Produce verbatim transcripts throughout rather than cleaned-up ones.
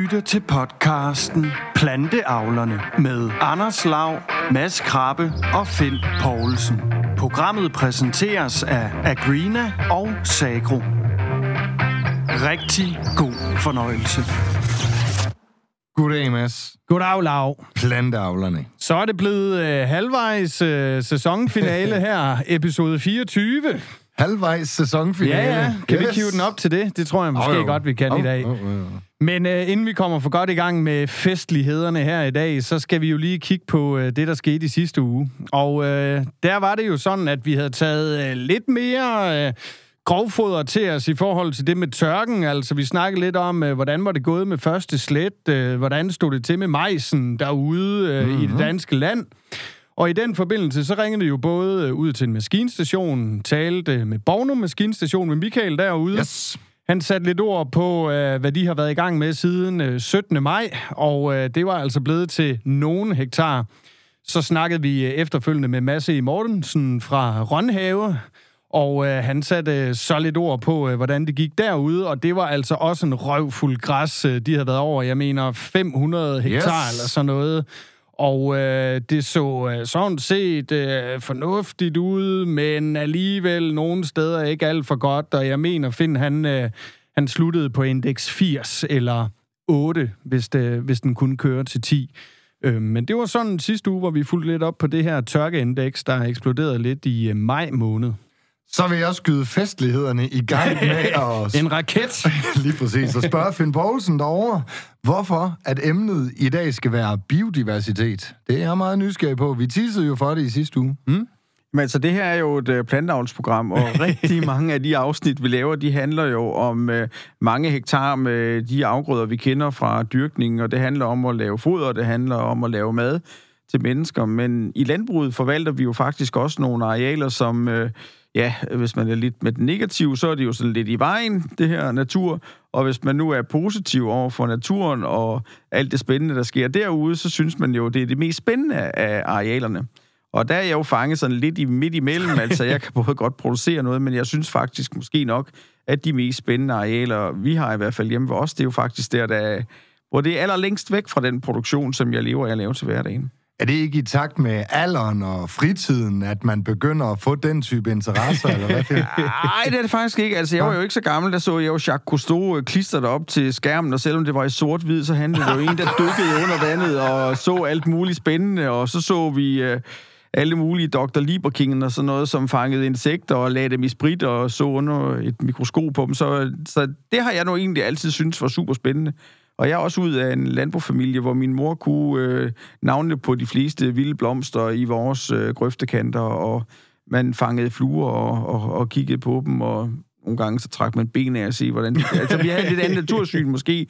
lytter til podcasten Planteavlerne med Anders Lau, Mads Krabbe og Finn Poulsen. Programmet præsenteres af Agrina og Sagro. Rigtig god fornøjelse. Goddag, Mads. Goddag, Lau. Planteavlerne. Så er det blevet øh, halvvejs øh, sæsonfinale her, episode fireogtyve. Halvvejs sæsonfinale. Ja, ja. Kan yes. vi kive den op til det? Det tror jeg måske oh, godt, vi kan oh, i dag. Oh, oh, oh. Men øh, inden vi kommer for godt i gang med festlighederne her i dag, så skal vi jo lige kigge på øh, det, der skete i sidste uge. Og øh, der var det jo sådan, at vi havde taget øh, lidt mere øh, grovfoder til os i forhold til det med tørken. Altså, vi snakkede lidt om, øh, hvordan var det gået med første slæt, øh, hvordan stod det til med majsen derude øh, mm-hmm. i det danske land. Og i den forbindelse, så ringede det jo både ud til en maskinstation, talte med Bornum Maskinstation med Michael derude. Yes. Han satte lidt ord på, hvad de har været i gang med siden syttende maj, og det var altså blevet til nogle hektar. Så snakkede vi efterfølgende med Mads E. Mortensen fra Rønhave, og han satte så lidt ord på, hvordan det gik derude, og det var altså også en røvfuld græs, de havde været over. Jeg mener fem hundrede hektar yes. eller sådan noget. Og øh, det så øh, sådan set øh, fornuftigt ud, men alligevel nogle steder ikke alt for godt. Og jeg mener, Finn, han, øh, han sluttede på indeks firs eller otte, hvis, det, hvis den kunne køre til ti. Øh, men det var sådan sidste uge, hvor vi fulgte lidt op på det her tørkeindeks, der eksploderede lidt i øh, maj måned. Så vil jeg skyde festlighederne i gang med at... En raket! Lige præcis. Og spørge Finn Poulsen derovre, hvorfor at emnet i dag skal være biodiversitet. Det er jeg meget nysgerrig på. Vi teasede jo for det i sidste uge. Mm? Men altså, det her er jo et uh, planteavlsprogram, og rigtig mange af de afsnit, vi laver, de handler jo om uh, mange hektar med de afgrøder, vi kender fra dyrkningen, og det handler om at lave foder, det handler om at lave mad til mennesker. Men i landbruget forvalter vi jo faktisk også nogle arealer, som... Uh, Ja, hvis man er lidt med den negative, så er det jo sådan lidt i vejen, det her natur. Og hvis man nu er positiv over for naturen og alt det spændende, der sker derude, så synes man jo, det er det mest spændende af arealerne. Og der er jeg jo fanget sådan lidt i midt imellem. Altså, jeg kan både godt producere noget, men jeg synes faktisk måske nok, at de mest spændende arealer, vi har i hvert fald hjemme ved os, det er jo faktisk der, der hvor det er allerlængst væk fra den produktion, som jeg lever af at lave til hverdagen. Er det ikke i takt med alderen og fritiden, at man begynder at få den type interesser, eller hvad? Nej, det er det faktisk ikke. Altså, jeg var jo ikke så gammel, der så jeg jo Jacques Cousteau klistret op til skærmen, og selvom det var i sort-hvid, så handlede det jo en, der dykkede under vandet og så alt muligt spændende, og så så vi uh, alle mulige doktor Lieberkingen og sådan noget, som fangede insekter og lagde dem i sprit og så under et mikroskop på dem. Så, så det har jeg nu egentlig altid syntes var super spændende. Og jeg er også ud af en landbrugsfamilie, hvor min mor kunne øh, navnene på de fleste vilde blomster i vores øh, grøftekanter, og man fangede fluer og, og, og kiggede på dem, og nogle gange så trak man ben af at se, hvordan det... Altså, vi havde lidt andet natursyn måske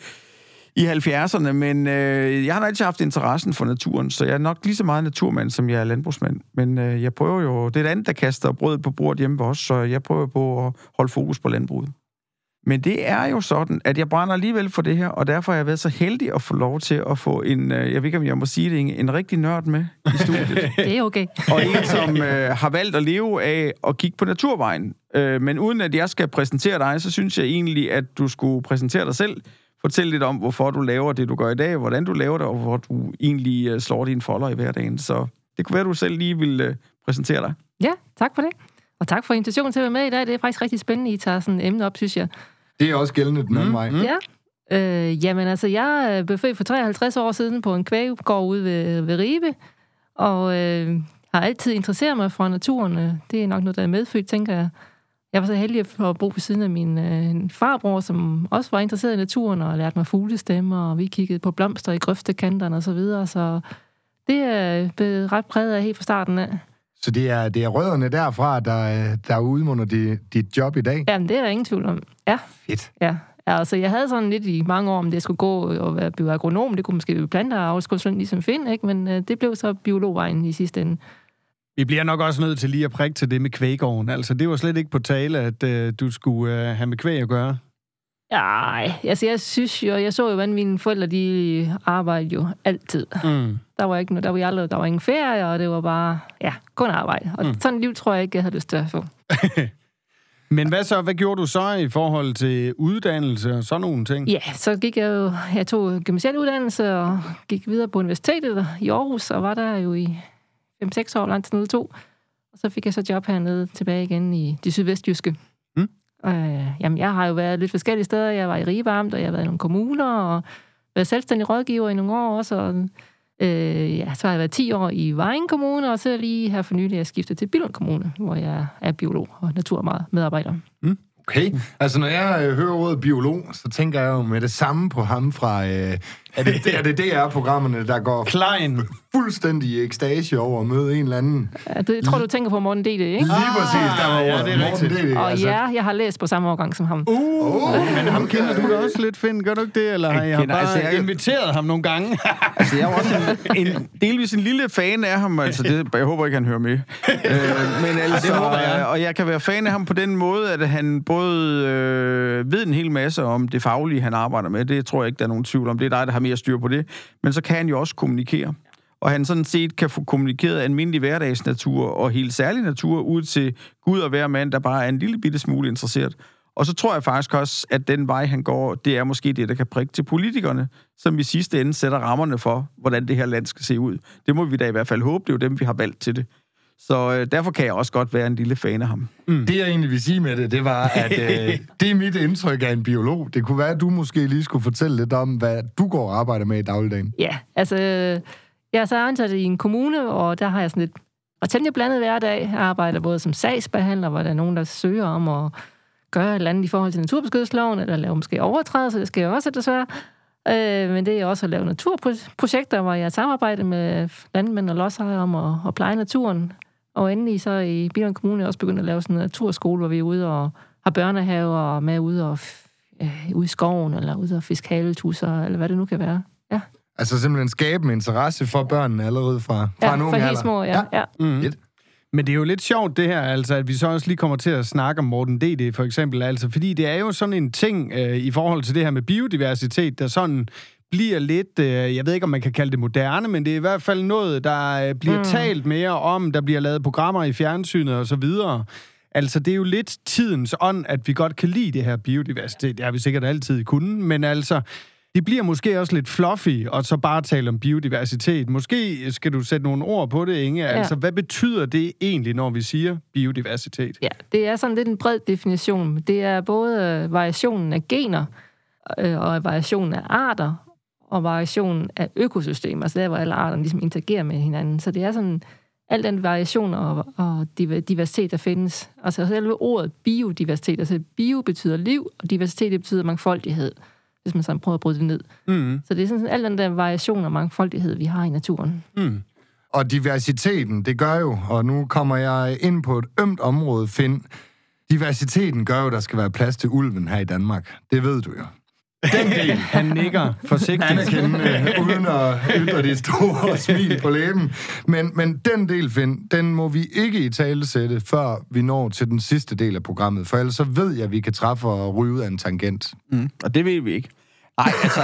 i halvfjerdserne, men øh, jeg har altid haft interessen for naturen, så jeg er nok lige så meget naturmand, som jeg er landbrugsmand. Men øh, jeg prøver jo... Det er et andet, der kaster brødet på bordet hjemme hos os, så jeg prøver på at holde fokus på landbruget. Men det er jo sådan, at jeg brænder alligevel for det her, og derfor har jeg været så heldig at få lov til at få en, jeg ved ikke, om jeg må sige det, en rigtig nørd med i studiet. Det er okay. Og en, som øh, har valgt at leve af at kigge på naturvejen. Øh, men uden at jeg skal præsentere dig, så synes jeg egentlig, at du skulle præsentere dig selv. Fortæl lidt om, hvorfor du laver det, du gør i dag, hvordan du laver det, og hvor du egentlig øh, slår dine folder i hverdagen. Så det kunne være, at du selv lige vil øh, præsentere dig. Ja, tak for det. Og tak for invitationen til at være med i dag. Det er faktisk rigtig spændende, I tager sådan et emne op, synes jeg. Det er også gældende den anden mm, vej. Mm. Ja. Øh, jamen altså, jeg blev født for treoghalvtreds år siden på en kvæggård ude ved, ved Ribe, og øh, har altid interesseret mig for naturen. Det er nok noget, der er medfødt, tænker jeg. Jeg var så heldig at bo ved siden af min øh, farbror, som også var interesseret i naturen, og lærte mig fuglestemmer, og vi kiggede på blomster i grøftekanterne og så videre, så det er blevet ret præget af helt fra starten af. Så det er, det er rødderne derfra, der, der udmunder dit, dit job i dag? Jamen, det er der ingen tvivl om. Ja. Fedt. Ja. Ja, altså, jeg havde sådan lidt i mange år, om det skulle gå og være bioagronom. Det kunne måske blive planteavlskonsulent ligesom Finn, ikke? Men øh, det blev så biologvejen i sidste ende. Vi bliver nok også nødt til lige at prikke til det med kvæggården. Altså, det var slet ikke på tale, at øh, du skulle øh, have med kvæg at gøre. Nej, altså jeg synes jo, jeg så jo, hvordan mine forældre, de arbejdede jo altid. Mm. Der var ikke, der var aldrig, der var ingen ferie, og det var bare, ja, kun arbejde. Og mm. sådan et liv tror jeg ikke, jeg havde lyst til at få. Men hvad så? Hvad gjorde du så i forhold til uddannelse og sådan nogle ting? Ja, så gik jeg jo... Jeg tog gymnasial uddannelse og gik videre på universitetet i Aarhus, og var der jo i fem seks år, langt til noget to. Og så fik jeg så job hernede tilbage igen i det sydvestjyske. Mm. Øh, jamen, jeg har jo været lidt forskellige steder. Jeg var i Ribe Amt, og jeg har været i nogle kommuner, og været selvstændig rådgiver i nogle år også, og øh, ja, så har jeg været ti år i Vejen Kommune, og så lige her for nylig, jeg skiftet til Billund Kommune, hvor jeg er biolog og naturmedarbejder. Mm. Okay, altså når jeg øh, hører ordet biolog, så tænker jeg jo med det samme på ham fra... Øh, er det er det D R-programmerne, der går Klein. fuldstændig i ekstase over at møde en eller anden? Ja, det, jeg tror, du tænker på Morten D D, ikke? Lige præcis, der var ja, det er Morten D D. Og altså. ja, jeg har læst på samme årgang som ham. Uh, oh, men ham kender du da også lidt, Finn. Gør du ikke det? Eller har jeg, jeg bare altså, jeg... inviteret ham nogle gange? Altså, jeg er også en, en, delvis en lille fan af ham. Altså, det, jeg håber ikke, han hører med. øh, men altså, ja, jeg. Og jeg kan være fan af ham på den måde, at han både øh, ved en hel masse om det faglige, han arbejder med. Det tror jeg ikke, der er nogen tvivl om. Det er dig, der har mere styr på det. Men så kan han jo også kommunikere. Og han sådan set kan få kommunikeret almindelig hverdagsnatur og helt særlig natur ud til Gud og hver mand, der bare er en lille bitte smule interesseret. Og så tror jeg faktisk også, at den vej, han går, det er måske det, der kan prikke til politikerne, som i sidste ende sætter rammerne for, hvordan det her land skal se ud. Det må vi da i hvert fald håbe, det er jo dem, vi har valgt til det. Så øh, derfor kan jeg også godt være en lille fan af ham. Mm. Det, jeg egentlig vil sige med det, det var, at øh, det er mit indtryk af en biolog. Det kunne være, at du måske lige skulle fortælle lidt om, hvad du går og arbejder med i dagligdagen. Ja, altså... Jeg er så ansat i en kommune, og der har jeg sådan lidt og temmelig blandet hverdag. Jeg arbejder både som sagsbehandler, hvor der er nogen, der søger om at gøre et eller andet i forhold til naturbeskyttelsesloven, eller lave måske overtrædelser, det skal jeg også desværre. Øh, men det er også at lave naturprojekter, hvor jeg samarbejder med landmænd og lodsejere om at, at pleje naturen. Og endelig så i Billund Kommune er jeg også begyndt at lave sådan en naturskole, hvor vi er ude og har børnehaver og med ude, og, øh, ude i skoven, eller ude og fiske haletusser, eller hvad det nu kan være. Ja. Altså simpelthen skabe en interesse for børnene allerede fra, fra ja, en ung alder. Ja, for helt små, ja. ja. Mm. Men det er jo lidt sjovt det her, altså, at vi så også lige kommer til at snakke om Morten D D for eksempel, altså, fordi det er jo sådan en ting øh, i forhold til det her med biodiversitet, der sådan bliver lidt, øh, jeg ved ikke, om man kan kalde det moderne, men det er i hvert fald noget, der øh, bliver mm. talt mere om, der bliver lavet programmer i fjernsynet og så videre. Altså, det er jo lidt tidens ånd, at vi godt kan lide det her biodiversitet. Det har vi sikkert altid kunnet, men altså... Det bliver måske også lidt fluffy, og så bare tale om biodiversitet. Måske skal du sætte nogle ord på det, Inge. Ja. Altså, hvad betyder det egentlig, når vi siger biodiversitet? Ja, det er sådan lidt en bred definition. Det er både variationen af gener, og variationen af arter, og variationen af økosystemer. Altså der, hvor alle arterne ligesom interagerer med hinanden. Så det er sådan al den variation og, og diversitet, der findes. Altså selve ordet biodiversitet. Altså bio betyder liv, og diversitet betyder mangfoldighed, hvis man sådan prøver at bryde det ned. Mm. Så det er sådan al den der variation og mangfoldighed, vi har i naturen. Mm. Og diversiteten, det gør jo, og nu kommer jeg ind på et ømt område, Finn. Diversiteten gør jo, at der skal være plads til ulven her i Danmark. Det ved du jo. Den del, han nikker forsigtigt. Anerkendende, uden at ytre de store smil på læben. Men, men den del, Finn, den må vi ikke i tale sætte, før vi når til den sidste del af programmet. For ellers så ved jeg, at vi kan træffe og ryge ud af en tangent. Mm, og det ved vi ikke. Nej, altså...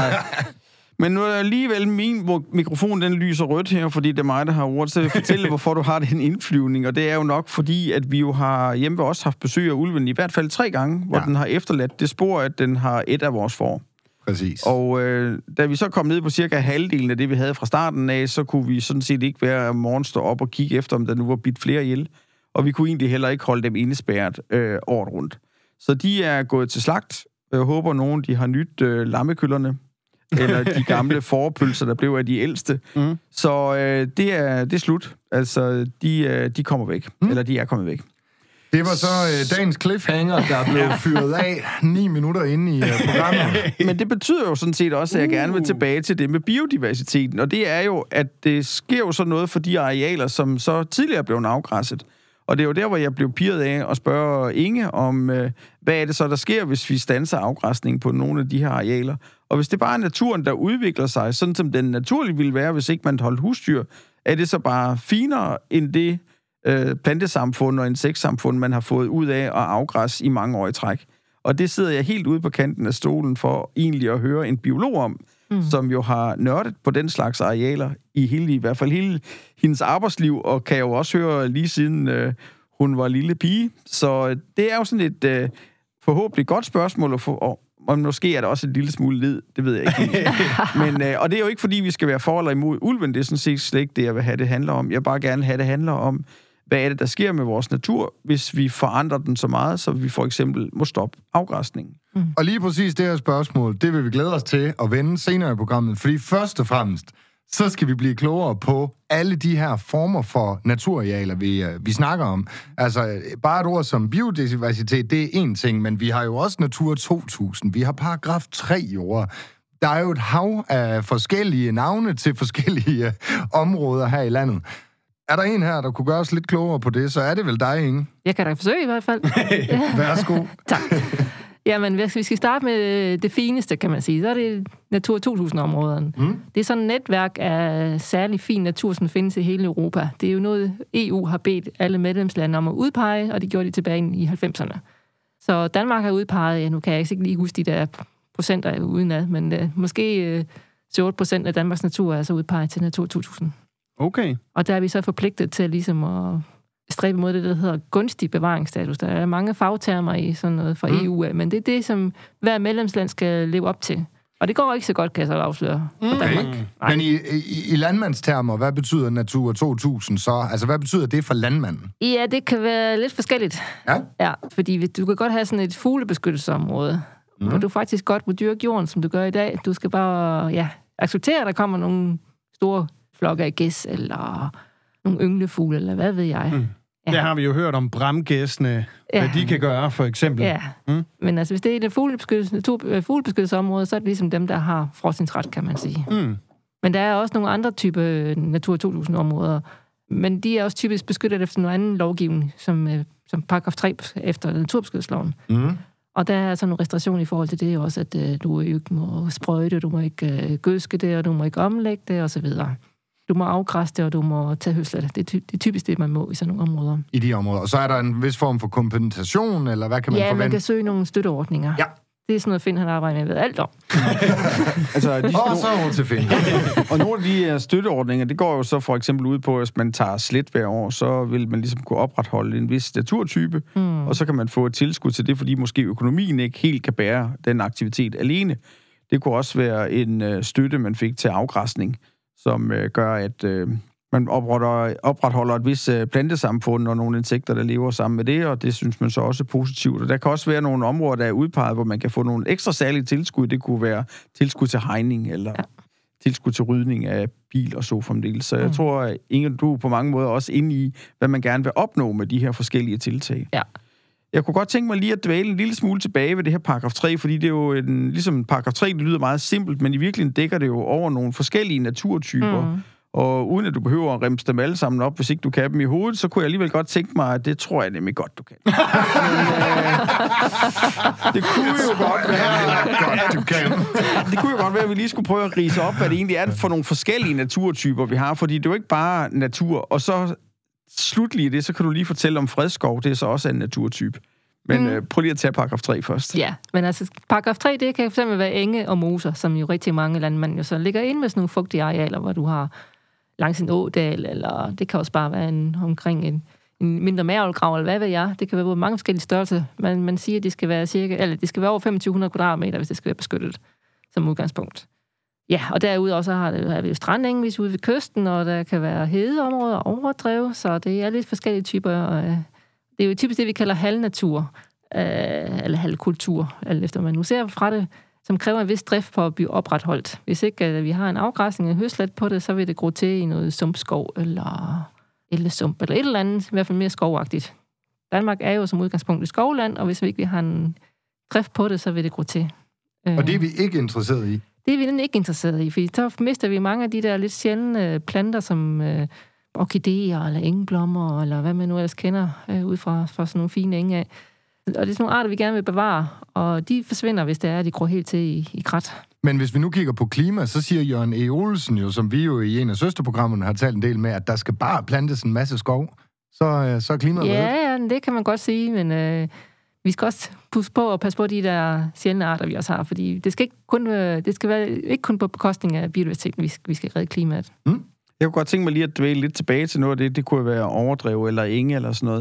Men nu er alligevel min mikrofon, den lyser rødt her, fordi det er mig, der har ordet. Så jeg vil fortælle, hvorfor du har den indflyvning. Og det er jo nok fordi, at vi jo har hjemme også haft besøg af ulven i hvert fald tre gange, hvor ja. den har efterladt det spor, at den har et af vores får. Præcis. Og øh, da vi så kom ned på cirka halvdelen af det, vi havde fra starten af, så kunne vi sådan set ikke være morgen stå op og kigge efter, om der nu var bidt flere ihjel. Og vi kunne egentlig heller ikke holde dem indespærret øh, året rundt. Så de er gået til slagt. Jeg håber, nogen de har nyt øh, lammekøllerne. Eller de gamle forpølser, der blev af de ældste. Mm. Så øh, det, er, det er slut. Altså, de, øh, de kommer væk. Mm. Eller de er kommet væk. Det var så øh, dagens cliffhanger, der blev fyret af ni minutter inde i øh, programmet. Men det betyder jo sådan set også, at jeg gerne vil tilbage til det med biodiversiteten. Og det er jo, at det sker jo så noget for de arealer, som så tidligere blev afgræsset. Og det er jo der, hvor jeg blev pirret af at spørge Inge om, øh, hvad er det så, der sker, hvis vi standser afgræsning på nogle af de her arealer. Og hvis det bare er naturen, der udvikler sig, sådan som den naturligt ville være, hvis ikke man holdt husdyr, er det så bare finere end det øh, plantesamfund og insektsamfund, man har fået ud af at afgræsse i mange år i træk. Og det sidder jeg helt ude på kanten af stolen for egentlig at høre en biolog om, mm. som jo har nørdet på den slags arealer i hele, i hvert fald hele hendes arbejdsliv, og kan jo også høre lige siden øh, hun var lille pige. Så det er jo sådan et øh, forhåbentlig godt spørgsmål, og, for, og, og måske er der også et lille smule led, det ved jeg ikke. Men, øh, og det er jo ikke, fordi vi skal være for eller imod ulven, det er sådan set slet ikke det, jeg vil have, det handler om. Jeg vil bare gerne have, det handler om, hvad er det, der sker med vores natur, hvis vi forandrer den så meget, så vi for eksempel må stoppe afgræsningen. Mm. Og lige præcis det her spørgsmål, det vil vi glæde os til at vende senere i programmet, fordi først og fremmest, så skal vi blive klogere på alle de her former for naturarealer, vi, vi snakker om. Altså, bare et ord som biodiversitet, det er en ting, men vi har jo også Natura to tusind, vi har paragraf tre jorder. Der er jo et hav af forskellige navne til forskellige områder her i landet. Er der en her, der kunne gøre os lidt klogere på det, så er det vel dig, Inge? Jeg kan da forsøge i hvert fald. Værsgo. Tak. Jamen, vi skal starte med det fineste, kan man sige. Så er det Natura to tusind-områderne. Mm. Det er sådan et netværk af særlig fin natur, som findes i hele Europa. Det er jo noget, E U har bedt alle medlemslande om at udpege, og det gjorde de tilbage i halvfemserne. Så Danmark har udpeget, ja, nu kan jeg ikke lige huske de der procenter udenad, men uh, måske uh, syv otte procent af Danmarks natur er så udpeget til Natura to tusind. Okay. Og der er vi så forpligtet til ligesom at stræbe mod det, der hedder gunstig bevaringsstatus. Der er mange fagtermer i sådan noget fra mm. E U, men det er det, som hver medlemsland skal leve op til. Og det går ikke så godt, kan jeg så afsløre for okay. Danmark. Nej. Men i, i, i landmandstermer, hvad betyder Natura to tusind så? Altså, hvad betyder det for landmanden? Ja, det kan være lidt forskelligt. Ja? Ja, fordi du kan godt have sådan et fuglebeskyttelsesområde, mm. hvor du faktisk godt må dyrke jorden, som du gør i dag. Du skal bare ja, acceptere, at der kommer nogle store flokke af gæs, eller nogle ynglefugle, eller hvad ved jeg. Mm. Ja. Der har vi jo hørt om bramgæssene, ja. hvad de kan gøre, for eksempel. Ja, mm. men altså, hvis det er et fuglebeskyttelse, fuglebeskyttelsesområde, så er det ligesom dem, der har frostningsret, kan man sige. Mm. Men der er også nogle andre typer Natura to tusind-områder, men de er også typisk beskyttet efter noget anden lovgivning, som, som paragraf tre efter naturbeskyttelsesloven. Mm. Og der er altså nogle restriktioner i forhold til det også, at uh, du ikke må sprøjte, du må ikke uh, gødske det, og du må ikke omlægge det, og så videre. Du må afgræsse det, og du må tage høslet. Det er, ty- det er typisk det, man må i sådan nogle områder. I de områder. Og så er der en vis form for kompensation, eller hvad kan man ja, forvente? Ja, man kan søge nogle støtteordninger. Ja. Det er sådan noget, Finn han arbejder med, ved alt om. altså, de og så over til Finn. Og nogle af de her støtteordninger, det går jo så for eksempel ud på, at hvis man tager slet hver år, så vil man ligesom kunne opretholde en vis naturtype, mm. og så kan man få et tilskud til det, fordi måske økonomien ikke helt kan bære den aktivitet alene. Det kunne også være en øh, støtte, man fik til afgræsning, som øh, gør, at øh, man opretholder, opretholder et vis øh, plantesamfund og nogle insekter, der lever sammen med det, og det synes man så også er positivt. Og der kan også være nogle områder, der er udpeget, hvor man kan få nogle ekstra særlige tilskud. Det kunne være tilskud til hegning, eller ja. tilskud til rydning af bil og så fremdeles. Så jeg mm. tror, Inge, du er på mange måder også inde i, hvad man gerne vil opnå med de her forskellige tiltag. Ja. Jeg kunne godt tænke mig lige at dvæle en lille smule tilbage ved det her paragraf tre, fordi det er jo en, ligesom paragraf tre, det lyder meget simpelt, men i virkeligheden dækker det jo over nogle forskellige naturtyper. Mm. Og uden at du behøver at remse dem alle sammen op, hvis ikke du kan dem i hovedet, så kunne jeg alligevel godt tænke mig, at det tror jeg nemlig godt, du kan. Men, øh, det kunne jo godt være, godt, du kan. Det kunne jo godt være, at vi lige skulle prøve at rise op, hvad det egentlig er for nogle forskellige naturtyper, vi har, fordi det er jo ikke bare natur, og så slutligt i det, så kan du lige fortælle om fredskov, det er så også en naturtype. Men mm. øh, prøv lige at tage paragraf tre først. Ja, men altså paragraf tre, det kan for eksempel være enge og moser, som jo rigtig mange landmænd jo så ligger inde med sådan nogle fugtige arealer, hvor du har langs en ådal, eller det kan også bare være en, omkring en, en mindre mærvelgrav, eller hvad ved jeg. Det kan være både mange forskellige størrelser. Man, man siger, at det skal være cirka, eller det skal være over to tusind fem hundrede kvadratmeter, hvis det skal være beskyttet som udgangspunkt. Ja, og derudover så har, det, har vi jo strandenge, hvis ude ved kysten, og der kan være hedeområder og overdrev, så det er lidt forskellige typer. Det er jo typisk det, vi kalder halvnatur, eller halvkultur, eller efter man nu ser fra det, som kræver en vis drift på at blive opretholdt. Hvis ikke vi har en afgræsning, en høslet på det, så vil det gro til i noget sumpskov, eller ellesump, eller et eller andet, i hvert fald mere skovagtigt. Danmark er jo som udgangspunkt et skovland, og hvis vi ikke har en drift på det, så vil det gro til. Og det er vi ikke interesseret i? Det er vi ikke interesseret i, for så mister vi mange af de der lidt sjældne planter, som øh, orkideer, eller engeblommer, eller hvad man nu ellers kender, øh, ud fra, fra sådan nogle fine enge af. Og det er sådan nogle arter, vi gerne vil bevare, og de forsvinder, hvis det er, at de gror helt til i, i krat. Men hvis vi nu kigger på klima, så siger Jørgen E. Olsen jo, som vi jo i en af søsterprogrammerne har talt en del med, at der skal bare plantes en masse skov, så, så er klimaet ja, ja, det kan man godt sige, men øh, vi skal også pusse på og passe på de der sjældne arter, vi også har, fordi det skal ikke kun, øh, det skal være ikke kun på bekostning af biodiversiteten, vi skal, vi skal redde klimaet. Mm. Jeg kunne godt tænke mig lige at dvæle lidt tilbage til noget af det. Det kunne være overdrev eller enge eller sådan noget.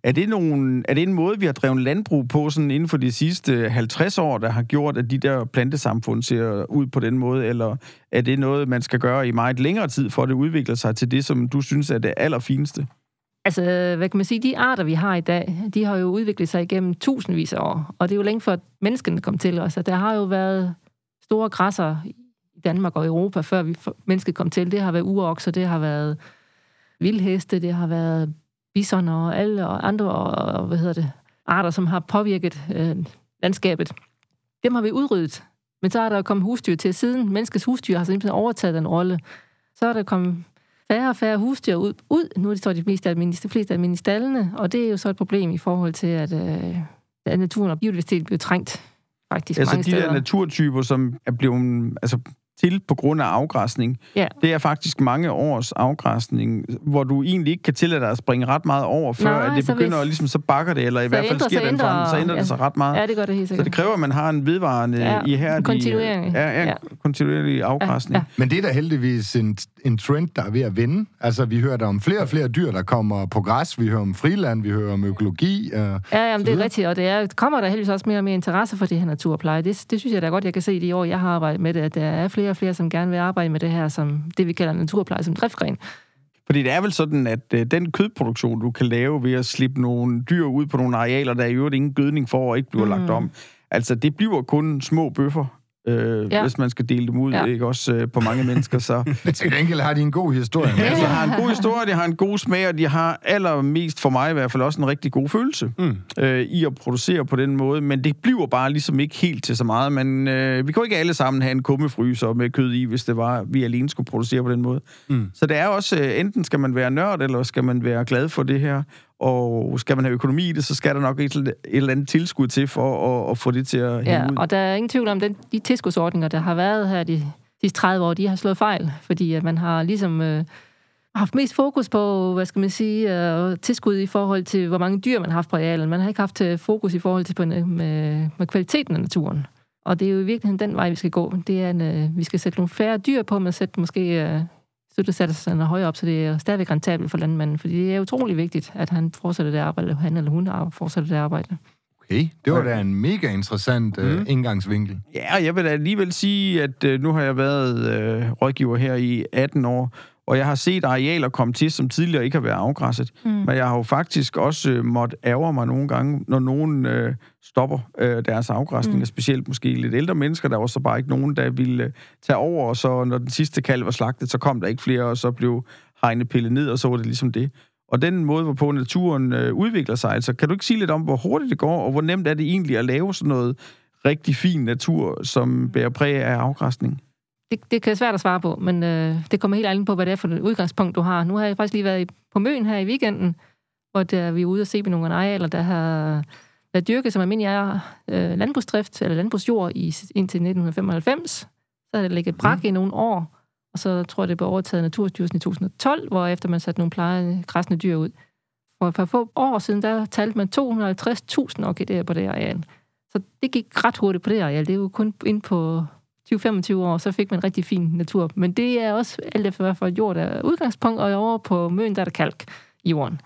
Er det, nogle, er det en måde, vi har drevet landbrug på sådan inden for de sidste halvtreds år, der har gjort, at de der plantesamfund ser ud på den måde, eller er det noget, man skal gøre i meget længere tid, for at det udvikler sig til det, som du synes er det allerfineste? Altså, hvad kan man sige, de arter, vi har i dag, de har jo udviklet sig igennem tusindvis af år, og det er jo længe før menneskene kom til os, og der har jo været store græsser i Danmark og Europa, før vi mennesket kom til. Det har været urokser, det har været vildheste, det har været bison og alle og andre og, hvad hedder det, arter, som har påvirket øh, landskabet. Dem har vi udryddet, men så er der kommet husdyr til siden. Menneskets husdyr har simpelthen overtaget den rolle. Så er der kommet færre og færre husdyr ud. ud. Nu er det står de fleste af de fleste af mine stallene, og det er jo så et problem i forhold til, at, øh, at naturen og biodiversiteten bliver trængt faktisk altså mange de steder. der naturtyper, som er blevet altså, til på grund af afgræsning, ja. Det er faktisk mange års afgræsning, hvor du egentlig ikke kan tillade dig at springe ret meget over, før Nej, at det begynder hvis, at ligesom, så bakker det, eller i hvert fald ændrer, sker så den ændrer, forandring, så ændrer ja. det sig ret meget. Ja, det gør det helt sikkert. Så det kræver, at man har en vedvarende, ja, ihærdig... kontinuering. Ja, ja, ja. kontinuerlig afgræsning. Ja, ja. Men det er da heldigvis en, en trend, der er ved at vende. Altså, vi hører der om flere og flere dyr, der kommer på græs. Vi hører om friland, vi hører om økologi. Øh, ja, jamen, det er rigtigt, og det er, kommer der heldigvis også mere og mere interesse for det her naturpleje. Det, det synes jeg da godt, jeg kan se i de år, jeg har arbejdet med det, at der er flere og flere, som gerne vil arbejde med det her, som det vi kalder naturpleje som driftsgren. Fordi det er vel sådan, at øh, den kødproduktion, du kan lave ved at slippe nogle dyr ud på nogle arealer, der er i øvrigt ingen gødning for og ikke bliver mm. lagt om, altså det bliver kun små bøffer, øh, ja. hvis man skal dele dem ud, ja. ikke også øh, på mange mennesker. Så. Men til gengæld har de en god historie. Ja, de har en god historie, de har en god smag, og de har allermest for mig i hvert fald også en rigtig god følelse mm. øh, i at producere på den måde, men det bliver bare ligesom ikke helt til så meget. Men øh, vi kan jo ikke alle sammen have en kummefryser med kød i, hvis det var, vi alene skulle producere på den måde. Mm. Så det er også, øh, enten skal man være nørd, eller skal man være glad for det her, og skal man have økonomi i det, så skal der nok et, et eller andet tilskud til for at, at få det til at hænge ja, ud. Og der er ingen tvivl om, den, de tilskudsordninger, der har været her de sidste tredive år, de har slået fejl, fordi at man har ligesom øh, haft mest fokus på, hvad skal man sige, øh, tilskud i forhold til, hvor mange dyr man har haft på arealen. Man har ikke haft fokus i forhold til på, med, med kvaliteten af naturen. Og det er jo i virkeligheden den vej, vi skal gå. Det er, en, øh, vi skal sætte nogle færre dyr på, men sætte måske... Øh, støttesatserne højere op, så det er stadigvæk rentabelt for landmanden, fordi det er utrolig vigtigt, at han fortsætter det arbejde, eller han eller hun fortsætter det arbejde. Okay, det var da en mega interessant øh, mm. indgangsvinkel. Ja, jeg vil da alligevel sige, at øh, nu har jeg været øh, rådgiver her i atten år, og jeg har set arealer komme til, som tidligere ikke har været afgræsset. Mm. Men jeg har jo faktisk også øh, måttet ærge mig nogle gange, når nogen øh, stopper øh, deres afgræsning, mm. specielt måske lidt ældre mennesker. Der var så bare ikke nogen, der ville øh, tage over, og så når den sidste kalv var slagtet, så kom der ikke flere, og så blev hegnet pillet ned, og så var det ligesom det. Og den måde, hvorpå naturen øh, udvikler sig, altså kan du ikke sige lidt om, hvor hurtigt det går, og hvor nemt er det egentlig at lave sådan noget rigtig fin natur, som bærer præg af afgræsning? Det, det kan være svært at svare på, men øh, det kommer helt andet på, hvad det er for et udgangspunkt, du har. Nu har jeg faktisk lige været på Møn her i weekenden, hvor der, vi er ude og se på nogle arealer, der har været dyrket som almindelig er øh, landbrugsdrift, eller landbrugsjord i, indtil nitten femoghalvfems. Så har det ligget brak mm. i nogle år, og så tror jeg, det blev overtaget af Naturstyrelsen i to tusind og tolv, hvor efter man satte nogle pleje græsne dyr ud. For et par få år siden, der talte man to hundrede og halvtreds tusind orkideer på det areal. Så det gik ret hurtigt på det areal. Det er jo kun ind på tyve til femogtyve år, så fik man rigtig fin natur. Men det er også alt efter, hvad for et jord der er udgangspunkt, og over på Møn, der er der kalk i jorden.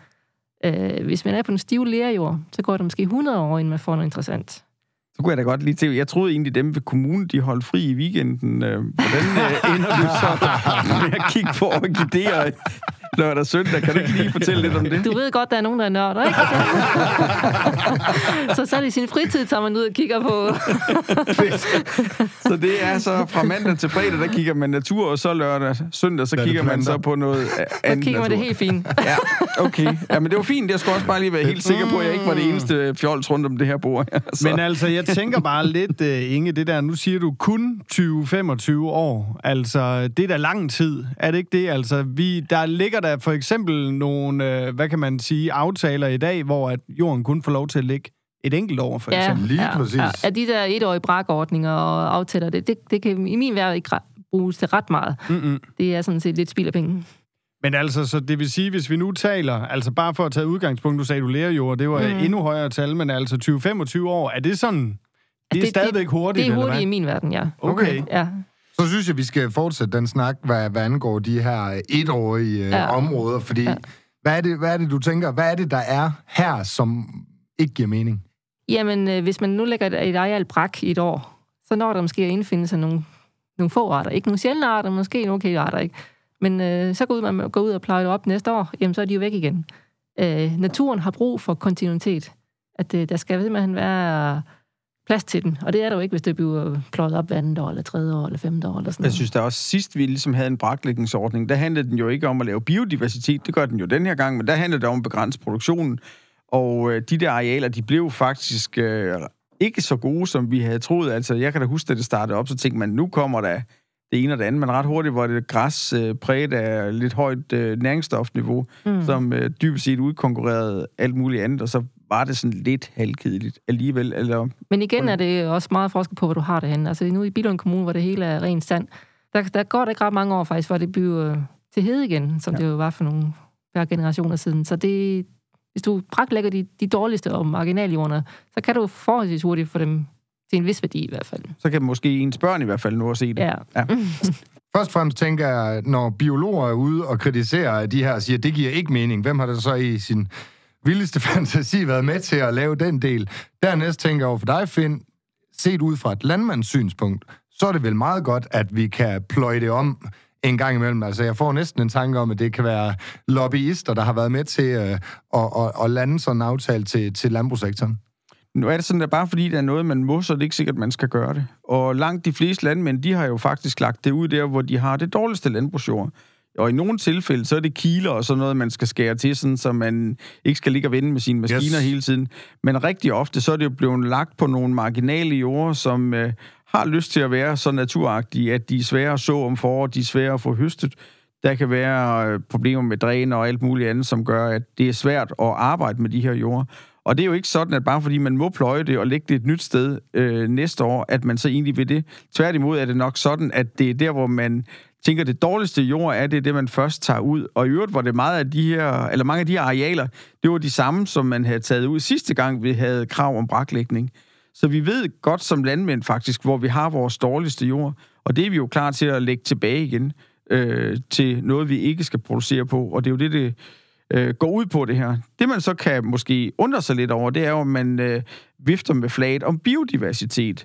Øh, hvis man er på en stiv lerjord, så går det måske hundrede år, inden man får noget interessant. Så kunne jeg da godt lige til. Jeg troede egentlig, dem ved kommunen, de holdt fri i weekenden. Hvordan øh, ender du så med at kigge på orkideer lørdag og søndag? Kan du ikke lige fortælle lidt om det? Du ved godt, der er nogen, der er nørder, ikke? Så selv i sin fritid tager man ud og kigger på... Så det er så fra mandag til fredag, der kigger man natur, og så lørdag søndag, så kigger man så på noget andet. Så kigger man det helt fint. Ja, okay. Ja, men det var fint. Jeg skulle også bare lige være helt sikker på, at jeg ikke var det eneste fjols rundt om det her bord. Så. Men altså, jeg tænker bare lidt, uh, Inge, det der, nu siger du kun tyve til femogtyve år. Altså, det er da lang tid. Er det ikke det? Altså, vi, der ligger der for eksempel nogle, uh, hvad kan man sige, aftaler i dag, hvor at jorden kun får lov til at ligge et enkelt år, for ja, eksempel. Lige ja, præcis. Ja, ja, de der etårige brakordninger og aftaler, det, det, det kan i min verden ikke bruges til ret meget. Mm-mm. Det er sådan set lidt spild af penge. Men altså, så det vil sige, hvis vi nu taler, altså bare for at tage udgangspunkt, du sagde, du lærer jo, og det var mm. endnu højere tal, men altså tyve til femogtyve år, er det sådan, det er det, stadigvæk hurtigt, det er hurtigt eller i min verden, ja. Okay. Ja. Så synes jeg, vi skal fortsætte den snak, hvad, hvad angår de her etårige ja. områder, fordi ja. Hvad er det, hvad er det du tænker? Hvad er det, der er her, som ikke giver mening? Jamen, øh, hvis man nu lægger et, et areal brak i et år, så når der måske at indfinde sig nogle, nogle få arter. Ikke nogle sjældne arter, måske nogle okay arter, ikke? Men øh, så går ud, man går ud og plejer det op næste år, jamen så er de jo væk igen. Øh, naturen har brug for kontinuitet. At øh, der skal simpelthen være plads til den. Og det er der jo ikke, hvis det bliver pløjet op andet år, eller tredje år, eller femte år, eller sådan noget. Jeg synes, der også sidst, vi ligesom havde en braklægningsordning, der handlede den jo ikke om at lave biodiversitet. Det gør den jo den her gang, men der handlede det om at begrænse produktionen. Og øh, de der arealer, de blev faktisk øh, ikke så gode, som vi havde troet. Altså, jeg kan da huske, at det startede op, så tænkte man, nu kommer der det ene og det andet. Men ret hurtigt var det græs øh, præget af lidt højt øh, næringsstofniveau, mm. som øh, dybest set udkonkurrerede alt muligt andet, og så var det sådan lidt halvkedeligt alligevel. Eller... Men igen er det også meget forskel på, hvor du har det henne. Altså nu i Billund Kommune, hvor det hele er rent sand, der, der går det ikke ret mange år faktisk, hvor det bliver til hede igen, som ja. det jo var for nogle færre generationer siden. Så det, hvis du braklægger de, de dårligste og marginaljordene, så kan du forholdsvis hurtigt få dem til en vis værdi i hvert fald. Så kan måske ens børn i hvert fald nu at se det. Ja. ja. Først og fremmest tænker jeg, når biologer er ude og kritiserer de her og siger, at det giver ikke mening, hvem har der så i sin vildeste fantasi været med til at lave den del? Dernæst tænker jeg over for dig, Finn, set ud fra et landmandssynspunkt, så er det vel meget godt, at vi kan pløje det om en gang imellem. Altså, jeg får næsten en tanke om, at det kan være lobbyister, der har været med til øh, at, at, at lande sådan en aftale til, til landbrugssektoren. Nu er det sådan, at bare fordi der er noget, man må, så er det ikke sikkert, at man skal gøre det. Og langt de fleste landmænd, de har jo faktisk lagt det ud der, hvor de har det dårligste landbrugsjord. Og i nogle tilfælde, så er det kiler og sådan noget, man skal skære til, sådan, så man ikke skal ligge og vende med sine maskiner yes. hele tiden. Men rigtig ofte, så er det jo blevet lagt på nogle marginale jorder, som øh, har lyst til at være så naturagtige, at de er svære at så om foråret, de er svære at få høstet. Der kan være øh, problemer med dræn og alt muligt andet, som gør, at det er svært at arbejde med de her jorder. Og det er jo ikke sådan, at bare fordi man må pløje det og lægge det et nyt sted øh, næste år, at man så egentlig vil det. Tværtimod er det nok sådan, at det er der, hvor man tænker, det dårligste jord er det, det man først tager ud. Og i øvrigt var det meget af de her, eller mange af de her arealer, det var de samme, som man havde taget ud sidste gang, vi havde krav om braklægning. Så vi ved godt som landmænd faktisk, hvor vi har vores dårligste jord, og det er vi jo klar til at lægge tilbage igen øh, til noget, vi ikke skal producere på. Og det er jo det, det øh, går ud på det her. Det man så kan måske undre sig lidt over, det er jo, at man øh, vifter med flaget om biodiversitet.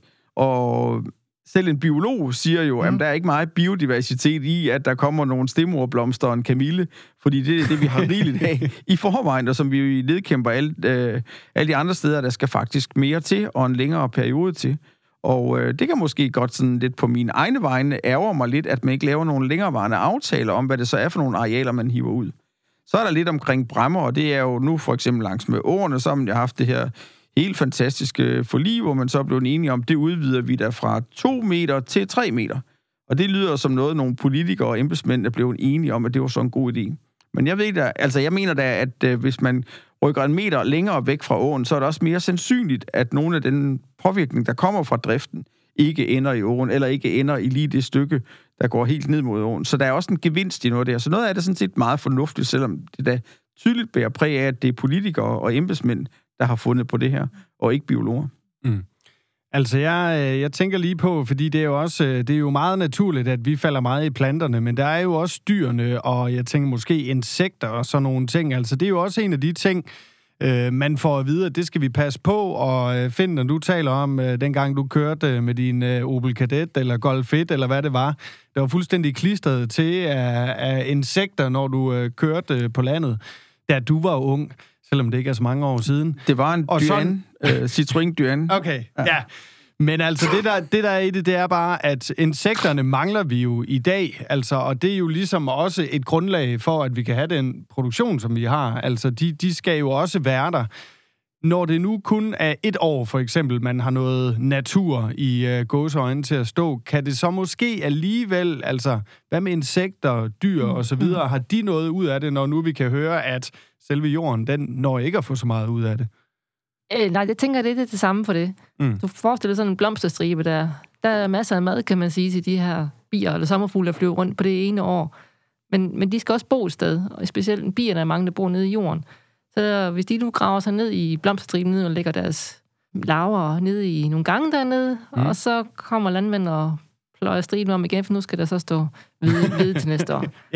Og selv en biolog siger jo, at mm. der er ikke meget biodiversitet i, at der kommer nogle stemorblomster og en kamille, fordi det er det, vi har rigeligt af i forvejen, og som vi nedkæmper alt, øh, alle de andre steder, der skal faktisk mere til, og en længere periode til. Og øh, det kan måske godt sådan lidt på mine egne vegne ærge mig lidt, at man ikke laver nogle længerevarende aftaler om, hvad det så er for nogle arealer, man hiver ud. Så er der lidt omkring bræmmer, og det er jo nu for eksempel langs med åerne, så har man haft det her helt fantastiske forlig, hvor man så blev enige om, det udvider vi der fra to meter til tre meter. Og det lyder som noget, nogle politikere og embedsmænd er blevet enige om, at det var så en god idé. Men jeg ved da, altså jeg mener da, at øh, hvis man rykker en meter længere væk fra åen, så er det også mere sandsynligt, at nogle af den påvirkning, der kommer fra driften, ikke ender i åen, eller ikke ender i lige det stykke, der går helt ned mod åen. Så der er også en gevinst i noget der. Så noget af det er sådan set meget fornuftigt, selvom det da tydeligt bærer præg af, at det er politikere og embedsmænd, der har fundet på det her, og ikke biologer. Mm. Altså, jeg, jeg tænker lige på, fordi det er jo også, det er jo meget naturligt, at vi falder meget i planterne, men der er jo også dyrene, og jeg tænker måske insekter og sådan nogle ting. Altså, det er jo også en af de ting, øh, man får at vide, at det skal vi passe på, og øh, Finn, når du taler om, øh, dengang du kørte med din øh, Opel Kadett, eller Golf et, eller hvad det var, der var fuldstændig klistret til af, af insekter, når du øh, kørte øh, på landet, da du var ung, selvom det ikke er så mange år siden. Det var en Dyane, øh, Citroën Dyane. Okay, ja. ja. Men altså, det der, det der er i det, det er bare, at insekterne mangler vi jo i dag, altså, og det er jo ligesom også et grundlag for, at vi kan have den produktion, som vi har. Altså, de, de skal jo også være der. Når det nu kun er et år, for eksempel, man har noget natur i uh, gåseøjne til at stå, kan det så måske alligevel, altså, hvad med insekter, dyr og så videre, har de noget ud af det, når nu vi kan høre, at selve jorden, den når ikke at få så meget ud af det? Øh, nej, det tænker jeg, det er det samme for det. Mm. Du forestiller sådan en blomsterstribe der. Der er masser af mad, kan man sige, til de her bier eller sommerfugle, der flyver rundt på det ene år. Men, men de skal også bo et sted, og specielt bierne er mange, der bor nede i jorden. Så der, hvis de nu graver sig ned i blomsterstriben ned og lægger deres larver ned i nogle gange dernede, mm. og så kommer landmænd og pløjer striben om igen, for nu skal der så stå hvide, hvide til næste år. Ja.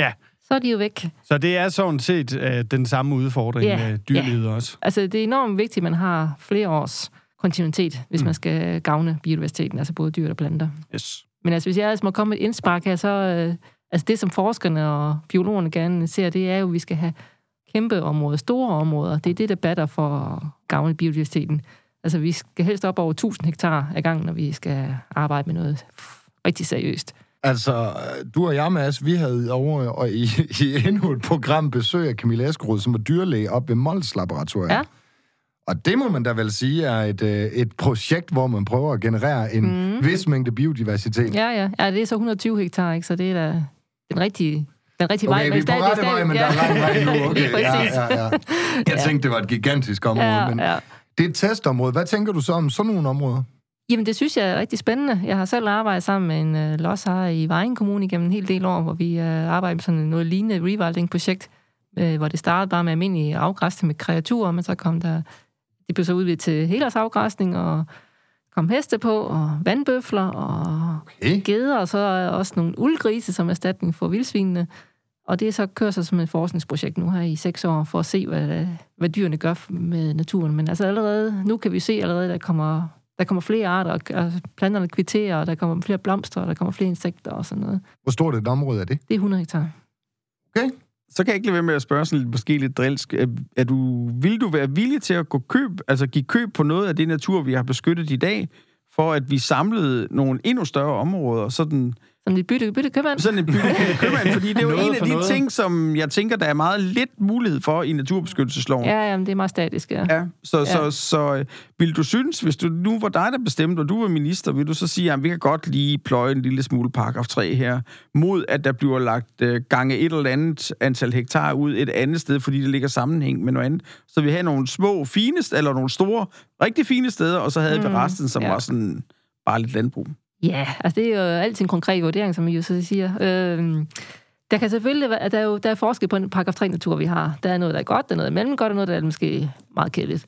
så er de jo væk. Så det er sådan set uh, den samme udfordring Ja, med dyrelivet ja. også? Altså, det er enormt vigtigt, at man har flere års kontinuitet, hvis mm. man skal gavne biodiversiteten, altså både dyr og planter. Yes. Men altså, hvis jeg altså må komme med et indspark her, så... Øh, altså, det, som forskerne og biologerne gerne ser, det er jo, at vi skal have kæmpe områder, store områder. Det er det, der batter for at gavne biodiversiteten. Altså, vi skal helst op over tusind hektar ad gangen, når vi skal arbejde med noget rigtig seriøst. Altså, du og jeg, Mads, vi havde over og i, i endnu et program besøg af Camilla Eskerud, som var dyrlæge op ved Mols Laboratoriet. Ja. Og det må man da vel sige er et, et projekt, hvor man prøver at generere en mm. vis mængde biodiversitet. Ja, ja. Ja, det er så et hundrede og tyve hektar, ikke? Så det er da den rigtige, den rigtige okay, vej. Okay, vi er på rette vej, men ja. Der er lang vej nu. Okay, ja, ja, ja. Jeg ja. tænkte, det var et gigantisk område, ja, men ja. det er et testområde. Hvad tænker du så om sådan nogle områder? Jamen, det synes jeg er rigtig spændende. Jeg har selv arbejdet sammen med en uh, lodsejer i Vejen Kommune igennem en hel del år, hvor vi uh, arbejder med sådan noget lignende rewilding-projekt, uh, hvor det startede bare med almindelig afgræsning med kreaturer, men så kom der, det blev så udvidet til helårsafgræsning, og kom heste på, og vandbøfler, og okay. geder, og så også nogle uldgrise som erstatning for vildsvinene. Og det er så kører sig som et forskningsprojekt nu her i seks år, for at se, hvad, hvad dyrene gør med naturen. Men altså allerede, nu kan vi se allerede, der kommer... Der kommer flere arter, og planterne kvitterer, og der kommer flere blomster, og der kommer flere insekter og sådan noget. Hvor stort et område er det? Det er hundrede hektar. Okay. Så kan jeg ikke lade være med at spørge sådan lidt, måske lidt drilsk. Er, er du, vil du være villig til at gå køb, altså give køb på noget af det natur, vi har beskyttet i dag, for at vi samlede nogle endnu større områder, sådan... Sådan et bytte, bytte købmand? Sådan et bytte købmand, fordi det er jo en af de noget. ting, som jeg tænker, der er meget lidt mulighed for i naturbeskyttelsesloven. Ja, jamen, det er meget statisk, ja. Ja, så, ja. så, så vil du synes, hvis du nu var dig, der bestemte, og du var minister, vil du så sige, at vi kan godt lige pløje en lille smule paragraf tre her, mod at der bliver lagt uh, gange et eller andet antal hektar ud et andet sted, fordi det ligger sammenhæng med noget andet. Så vi havde nogle små, fine, eller nogle store, rigtig fine steder, og så havde mm, vi resten, som ja. var sådan bare lidt landbrug. Ja, altså det er jo altid en konkret vurdering, som I jo så siger. Øh, der kan selvfølgelig være, der er jo der er forskel på en paragraf tre-natur, vi har. Der er noget, der er godt, der er noget mellemgodt, og noget, der er måske meget kedeligt.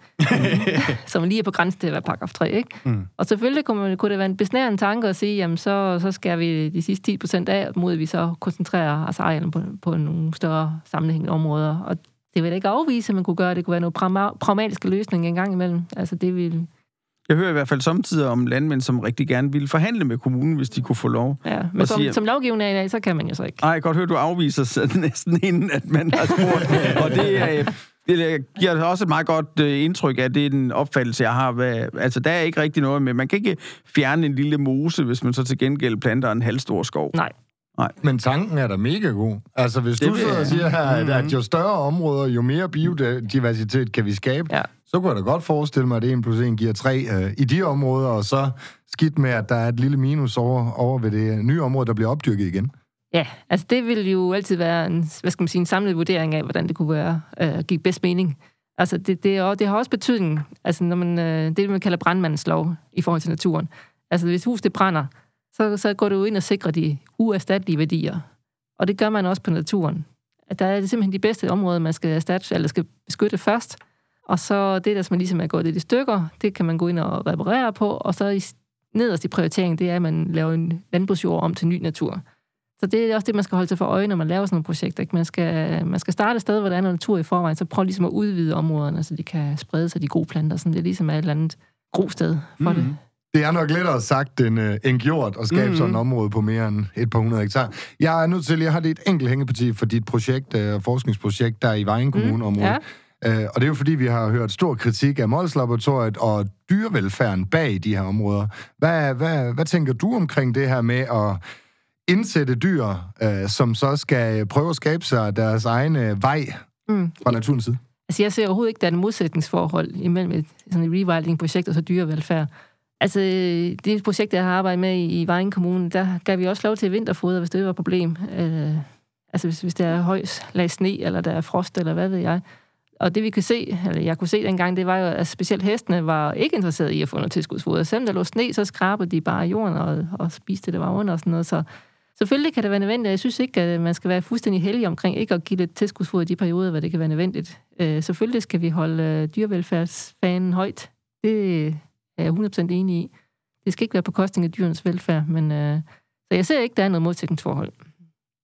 Som lige er på grænsen til at være paragraf tre, ikke? Mm. Og selvfølgelig kunne, man, kunne det være en besnærende tanke at sige, jamen så, så skal vi de sidste ti procent af, mod vi så koncentrerer os arealen på, på nogle større sammenhængende områder. Og det vil jeg ikke afvise, at man kunne gøre. Det kunne være nogle pragmatiske løsninger en gang imellem. Altså det vil... Jeg hører i hvert fald samtidig om landmænd, som rigtig gerne ville forhandle med kommunen, hvis de kunne få lov. Ja, men som, siger, som lovgivende i dag, så kan man jo så ikke. Nej, jeg kan godt høre, du afviser næsten inden, at man har spurgt. Og det, er, det giver også et meget godt indtryk af, det er den opfattelse, jeg har. Hvad, altså, der er ikke rigtig noget med. Man kan ikke fjerne en lille mose, hvis man så til gengæld planter en halvstor skov. Nej. Nej. Men tanken er da mega god. Altså, hvis det du sidder og siger her, at, at jo større områder, jo mere biodiversitet kan vi skabe, ja. så kunne jeg da godt forestille mig, at en plus en giver tre øh, i de områder, og så skidt med, at der er et lille minus over, over ved det nye område, der bliver opdyrket igen. Ja, altså det vil jo altid være en, hvad skal man sige, en samlet vurdering af, hvordan det kunne være, øh, give bedst mening. Altså det, det, er, det har også betydning, altså når man, øh, det man kalder brandmandslov i forhold til naturen. Altså hvis huset det brænder, Så, så går det jo ind og sikrer de uerstattelige værdier. Og det gør man også på naturen. At der er det simpelthen de bedste områder, man skal erstatte, eller skal beskytte først. Og så det, der som ligesom er gået lidt i stykker, det kan man gå ind og reparere på. Og så i, nederst i prioriteringen, det er, at man laver en landbrugsjord om til ny natur. Så det er også det, man skal holde sig for øje, når man laver sådan nogle projekter. Ikke? Man, skal, man skal starte et sted, hvor der er noget natur i forvejen, så prøv ligesom at udvide områderne, så de kan sprede sig, de gode planter. Så det er ligesom et eller andet grosted for mm-hmm. det. Det er nok lettere sagt end, uh, end gjort at skabe mm-hmm. sådan et område på mere end et par hundrede hektar. Jeg er nødt til, jeg har det et enkelt hængeparti for dit projekt, uh, forskningsprojekt, der i Vejen Kommune-området. Mm, ja. uh, og det er jo fordi, vi har hørt stor kritik af Mols Laboratoriet og dyrevelfærden bag de her områder. Hvad, hvad, hvad tænker du omkring det her med at indsætte dyr, uh, som så skal prøve at skabe sig deres egne vej mm. fra naturens side? Altså, jeg ser overhovedet ikke, der er et modsætningsforhold imellem et, sådan et rewilding-projekt og så dyrevelfærd. Altså, det projekt, jeg har arbejdet med i Vejen Kommune, der gav vi også lov til vinterfoder, hvis det var et problem. Øh, altså, hvis, hvis der er højs lag sne, eller der er frost, eller hvad ved jeg. Og det vi kunne se, eller jeg kunne se dengang, det var jo, at specielt hestene var ikke interesserede i at få noget tilskudsfoder. Selvom der lå sne, så skrabede de bare jorden og, og spiste det, der var under og sådan noget. Så selvfølgelig kan det være nødvendigt. Jeg synes ikke, at man skal være fuldstændig heldig omkring ikke at give lidt tilskudsfoder i de perioder, hvor det kan være nødvendigt. Øh, selvfølgelig skal vi holde øh, dyrevelfærdsfanen højt. Det er jeg hundrede procent enig i. Det skal ikke være på kostning af dyrenes velfærd, men øh, så jeg ser ikke, der er noget modsætningsforhold.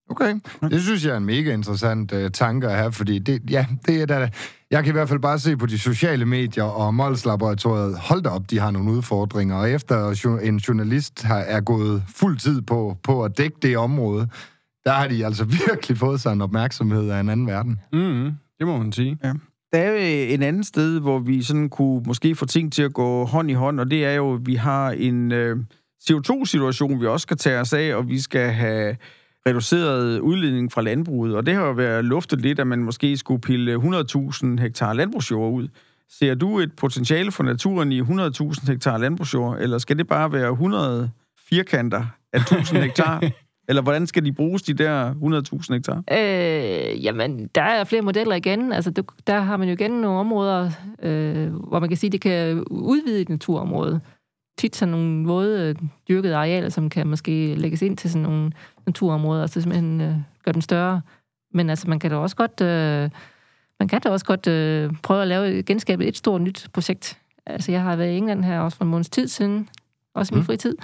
Okay, det synes jeg er en mega interessant uh, tanke at have, fordi det, ja, det er da... Jeg kan i hvert fald bare se på de sociale medier og Mols-laboratoriet, hold da op, de har nogle udfordringer, og efter en journalist har, er gået fuld tid på, på at dække det område, der har de altså virkelig fået sig en opmærksomhed af en anden verden. Mm, det må man sige. Ja. Der er jo en anden sted, hvor vi sådan kunne måske få ting til at gå hånd i hånd, og det er jo, at vi har en øh, C O to situation, vi også skal tage os af, og vi skal have reduceret udledning fra landbruget. Og det har jo været luftet lidt, at man måske skulle pille hundrede tusind hektar landbrugsjord ud. Ser du et potentiale for naturen i hundrede tusind hektar landbrugsjord, eller skal det bare være hundrede firkanter af tusind hektar? Eller hvordan skal de bruges, de der hundrede tusind hektar? Øh, jamen, der er flere modeller igen. Altså, der, der har man jo igen nogle områder, øh, hvor man kan sige, at det kan udvide et naturområde. Tit sådan nogle våde dyrkede arealer, som kan måske lægges ind til sådan nogle naturområder, altså simpelthen øh, gøre dem større. Men altså, man kan da også godt, øh, man kan da også godt øh, prøve at lave genskabe et stort nyt projekt. Altså, jeg har været i England her også for en måneds tid siden, også i min fritid.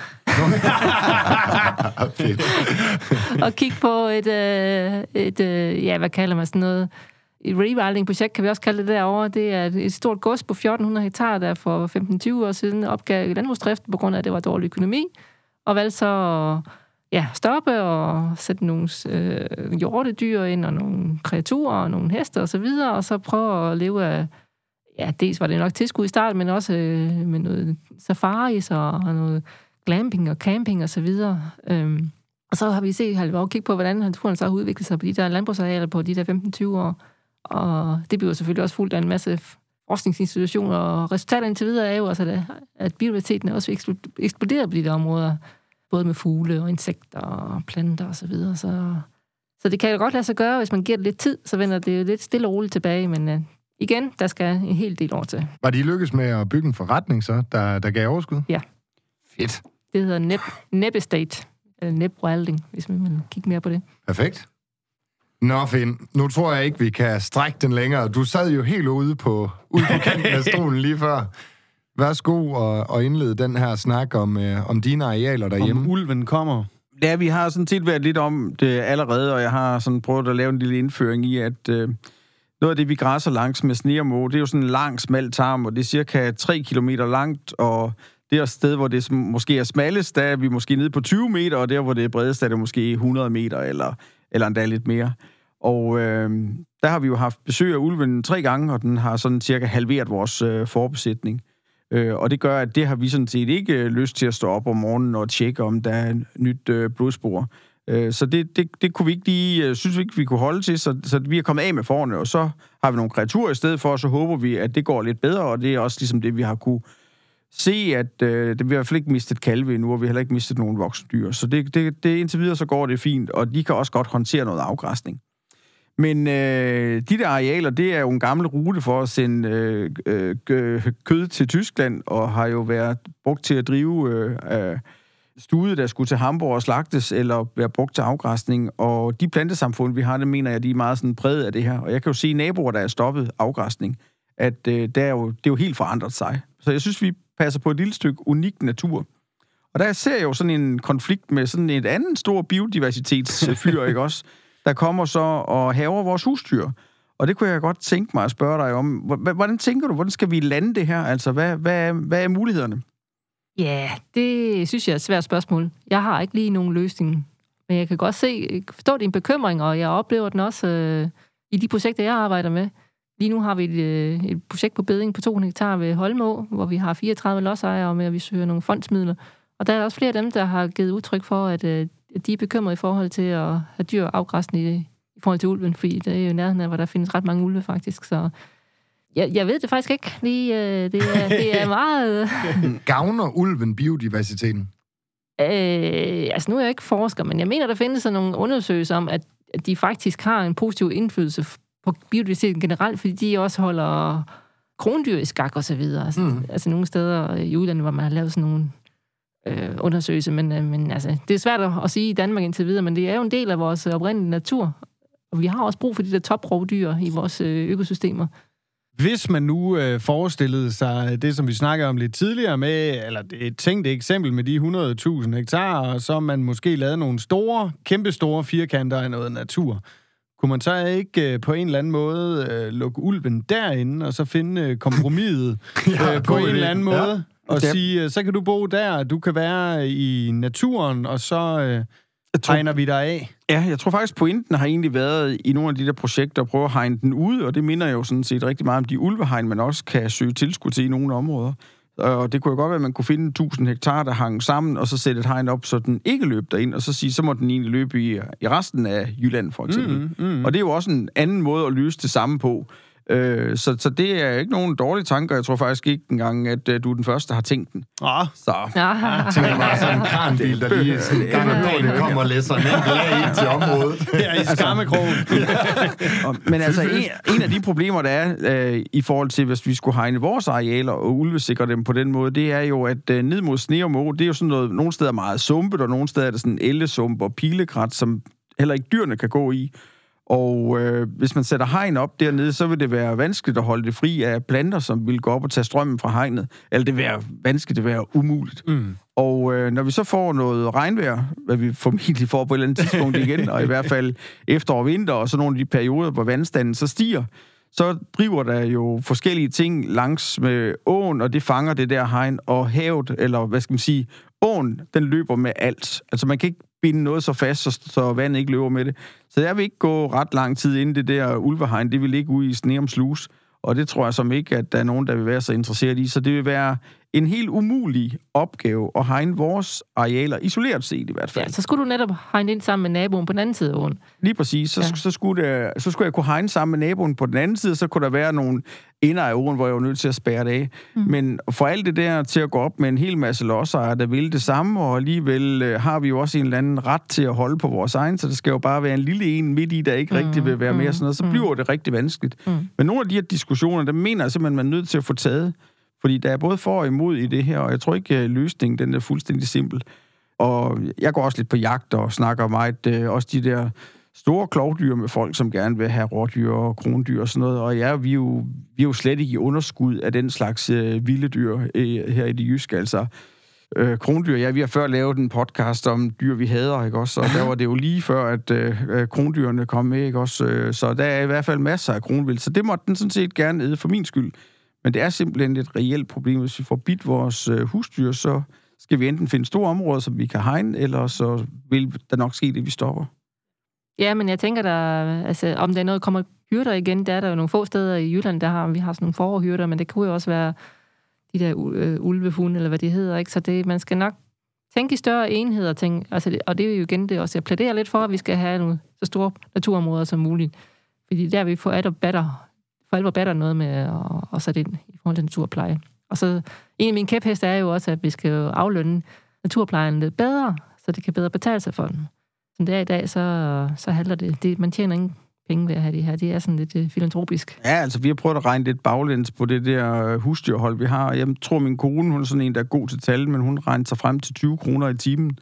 Og kigge på et, øh, et øh, ja, hvad kalder man sådan noget, et rewilding-projekt, kan vi også kalde det derovre. Det er et stort gods på fjorten hundrede hektar, der for femten til tyve år siden opgav landbrugsdrift, på grund af, at det var dårlig økonomi, og valgte så at ja, stoppe og sætte nogle øh, hjortedyr ind, og nogle kreaturer, og nogle heste og så videre, og så prøve at leve af, ja, dels var det nok tilskud i starten, men også øh, med noget safaris og, og noget glamping og camping og så videre. Øhm, og så har vi set, har vi også kigget på, hvordan naturen så har udviklet sig på de der landbrugsarealer på de der femten til tyve år. Og det bliver selvfølgelig også fuldt af en masse forskningsinstitutioner, og resultaterne indtil videre er jo også, at biodiversiteten er også eksploderet på de der områder, både med fugle og insekter og planter og så videre. Så, så det kan jo godt lade sig gøre, hvis man giver det lidt tid, så vender det jo lidt stille og roligt tilbage, men uh, igen, der skal en hel del år til. Var de lykkes med at bygge en forretning så, der, der gav overskud? Ja. Fedt. Det hedder Neb, Neb Estate, eller Neb Wilding, hvis man vil kigge mere på det. Perfekt. Nå, Finn, nu tror jeg ikke, vi kan strække den længere. Du sad jo helt ude på, ude på kanten af stolen lige før. Værsgo og, og indlede den her snak om, øh, om dine arealer derhjemme. Om ulven kommer. Ja, vi har sådan set været lidt om det allerede, og jeg har sådan prøvet at lave en lille indføring i, at øh, noget af det, vi græsser langs med sneermo, det er jo sådan en lang, smal tarm, og det er cirka tre kilometer langt, og det er et sted, hvor det måske er smallest, der er vi måske nede på tyve meter, og der, hvor det er bredest, er det måske hundrede meter, eller, eller endda lidt mere. Og øh, der har vi jo haft besøg af ulven tre gange, og den har sådan cirka halveret vores øh, forbesætning. Øh, og det gør, at det har vi sådan set ikke øh, lyst til at stå op om morgenen og tjekke, om der er et nyt øh, blodspor. Øh, så det, det, det kunne vi ikke lige, øh, synes vi ikke, vi kunne holde til, så, så vi er kommet af med forne, og så har vi nogle kreaturer i stedet for, og så håber vi, at det går lidt bedre, og det er også ligesom det, vi har kunne se, at øh, det, vi har i hvert fald ikke mistet kalve endnu, og vi har heller ikke mistet nogen voksne dyr. Så det, det, det, indtil videre, så går det fint, og de kan også godt håndtere noget afgræsning. Men øh, de der arealer, det er jo en gammel rute for at sende øh, øh, kød til Tyskland, og har jo været brugt til at drive øh, stude, der skulle til Hamburg og slagtes, eller være brugt til afgræsning. Og de plantesamfund, vi har, det mener jeg, de er meget sådan præget af det her. Og jeg kan jo se naboer, der er stoppet afgræsning, at øh, der er jo, det er jo helt forandret sig. Så jeg synes, vi passer på et lille stykke unik natur. Og der ser jeg jo sådan en konflikt med sådan et andet stor biodiversitetsfyr, ikke også? Der kommer så og haver vores husdyr. Og det kunne jeg godt tænke mig at spørge dig om. Hvordan tænker du, hvordan skal vi lande det her? Altså, hvad, hvad, er, hvad er mulighederne? Ja, det synes jeg er et svært spørgsmål. Jeg har ikke lige nogen løsning. Men jeg kan godt se, forstå din bekymring, og jeg oplever den også øh, i de projekter, jeg arbejder med. Lige nu har vi et, øh, et projekt på beding på to hundrede hektar ved Holmå, hvor vi har fireogtredive lodsejere med, at vi søger nogle fondsmidler. Og der er også flere af dem, der har givet udtryk for, at øh, de er bekymrede i forhold til at have dyr afgræsning i, i forhold til ulven, fordi det er jo nærheden af, hvor der findes ret mange ulve faktisk. Så jeg, jeg ved det faktisk ikke lige. Øh, det, er, det er meget... Gavner ulven biodiversiteten? Øh, altså nu er jeg ikke forsker, men jeg mener, der findes sådan nogle undersøgelser om, at, at de faktisk har en positiv indflydelse på biodiversiteten generelt, fordi de også holder krondyr i skak og så videre. Altså, mm. altså nogle steder i udlandet, hvor man har lavet sådan nogle øh, undersøgelser, men, øh, men altså, det er svært at, at sige i Danmark indtil videre, men det er jo en del af vores oprindelige natur, og vi har også brug for de der toprovdyr i vores øh, økosystemer. Hvis man nu øh, forestillede sig det, som vi snakkede om lidt tidligere med, eller et tænkt eksempel med de hundrede tusind hektar, og så man måske lavede nogle store, kæmpestore firkanter af noget natur, kunne man så ikke øh, på en eller anden måde øh, lukke ulven derinde, og så finde øh, kompromiset ja, øh, på en eller anden måde, ja. og sige, øh, så kan du bo der, du kan være i naturen, og så øh, tegner vi dig af. Ja, jeg tror faktisk, pointen har egentlig været i nogle af de der projekter at prøve at hegne den ud, og det minder jo sådan set rigtig meget om de ulvehegn, man også kan søge tilskud til i nogle områder. Og det kunne jo godt være, at man kunne finde tusind hektar, der hang sammen, og så sætte et hegn op, så den ikke løb derind, og så sige, så må den egentlig løbe i, i resten af Jylland, for eksempel. Mm, mm. Og det er jo også en anden måde at løse det samme på. Øh, så, så det er ikke nogen dårlige tanker. Jeg tror faktisk ikke engang, at uh, du er den første, der har tænkt den. Ah. Så. Ja. Så det er bare sådan en kranbil, der lige sådan en gang om dagen kommer og læser en enkelt af ind til området. Ja, i skammekrogen. Men altså, en, en af de problemer, der er øh, i forhold til, hvis vi skulle hegne vores arealer og ulvesikre dem på den måde, det er jo, at øh, ned mod Sne og Må, det er jo sådan noget, nogle steder meget sumpet, og nogle steder er det sådan ellesump og pilekrat, som heller ikke dyrene kan gå i. Og øh, hvis man sætter hegn op dernede, så vil det være vanskeligt at holde det fri af planter, som vil gå op og tage strømmen fra hegnet. Eller det vil være vanskeligt, det vil være umuligt. Mm. Og øh, når vi så får noget regnvejr, hvad vi formentlig får på et eller andet tidspunkt igen, og i hvert fald efterår og vinter, og så nogle af de perioder, hvor vandstanden så stiger, så driver der jo forskellige ting langs med åen, og det fanger det der hegn, og havet, eller hvad skal man sige, åen, den løber med alt. Altså man kan ikke binde noget så fast, så, så vandet ikke løber med det. Så der vil ikke gå ret lang tid, inden det der ulvehegn, det vil ligge ude i Sneum Sluse. Og det tror jeg som ikke, at der er nogen, der vil være så interesseret i. Så det vil være en helt umulig opgave at hegne vores arealer, isoleret set i hvert fald. Ja, så skulle du netop hegne ind sammen med naboen på den anden side af åen. Lige præcis. Så, ja. så, skulle det, så skulle jeg kunne hegne sammen med naboen på den anden side, så kunne der være nogle ender af åen, hvor jeg var nødt til at spærre det af. Mm. Men for alt det der til at gå op med en hel masse lodsejere, der vil det samme, og alligevel øh, har vi jo også en eller anden ret til at holde på vores egen, så det skal jo bare være en lille en midt i, der ikke mm. rigtig vil være mere sådan noget, så bliver det rigtig vanskeligt. Mm. Men nogle af de her diskussioner, der mener jeg simpelthen, man er nødt til at få taget. Fordi der er både for og imod i det her, og jeg tror ikke, at løsningen den er fuldstændig simpel. Og jeg går også lidt på jagt og snakker meget, øh, også de der store klovdyr med folk, som gerne vil have rådyr og krondyr og sådan noget. Og ja, vi er jo, vi er jo slet ikke i underskud af den slags øh, vilde dyr øh, her i det jyske. Altså, øh, krondyr, ja, vi har før lavet en podcast om dyr, vi hader, ikke også? Og der var det jo lige før, at øh, krondyrene kom med, ikke også? Så der er i hvert fald masser af kronvild. Så det måtte den sådan set gerne æde for min skyld. Men det er simpelthen et reelt problem. Hvis vi får bidt vores øh, husdyr, så skal vi enten finde store områder, som vi kan hegne, eller så vil der nok ske det, vi stopper. Ja, men jeg tænker, der, altså, om der er noget, kommer hyrder igen, der er der jo nogle få steder i Jylland, der har vi har sådan nogle forhyrder, men det kunne jo også være de der øh, ulvehunde, eller hvad de hedder, ikke? Så det, man skal nok tænke i større enheder, tænke, altså det, og det er jo igen det også. Jeg plæderer lidt for, at vi skal have nogle så store naturområder som muligt. Fordi der vi får at og batter, for alvor batter noget med at, at sætte ind i forhold til naturpleje. Og så en af mine kæpheste er jo også, at vi skal aflønne naturplejen lidt bedre, så det kan bedre betale sig for den. Som det er i dag, så, så handler det, det, man tjener ingen penge ved at have det her. Det er sådan lidt uh, filantropisk. Ja, altså vi har prøvet at regne lidt baglæns på det der husdyrhold, vi har. Jeg tror, min kone, hun er sådan en, der er god til tal, men hun regner sig frem til tyve kroner i timen.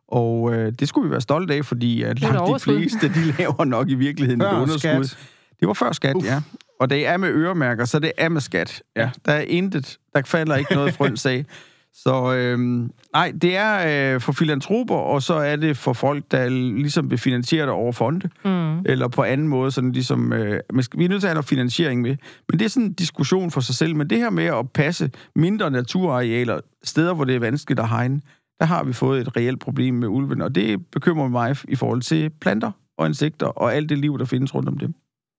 Og øh, det skulle vi være stolte af, fordi at langt de fleste, de laver nok i virkeligheden et underskud. Skat. Det var før skat, Uf. ja. Og det er med øremærker, så det er med skat. Ja, der er intet. Der falder ikke noget frøns af. Så øhm, nej, det er øh, for filantroper, og så er det for folk, der ligesom vil finansiere det over fonde, mm. eller på anden måde, sådan ligesom, øh, vi er nødt til at have noget finansiering med. Men det er sådan en diskussion for sig selv. Men det her med at passe mindre naturarealer, steder, hvor det er vanskeligt at hegne, der har vi fået et reelt problem med ulven, og det bekymrer mig i forhold til planter og insekter og alt det liv, der findes rundt om dem.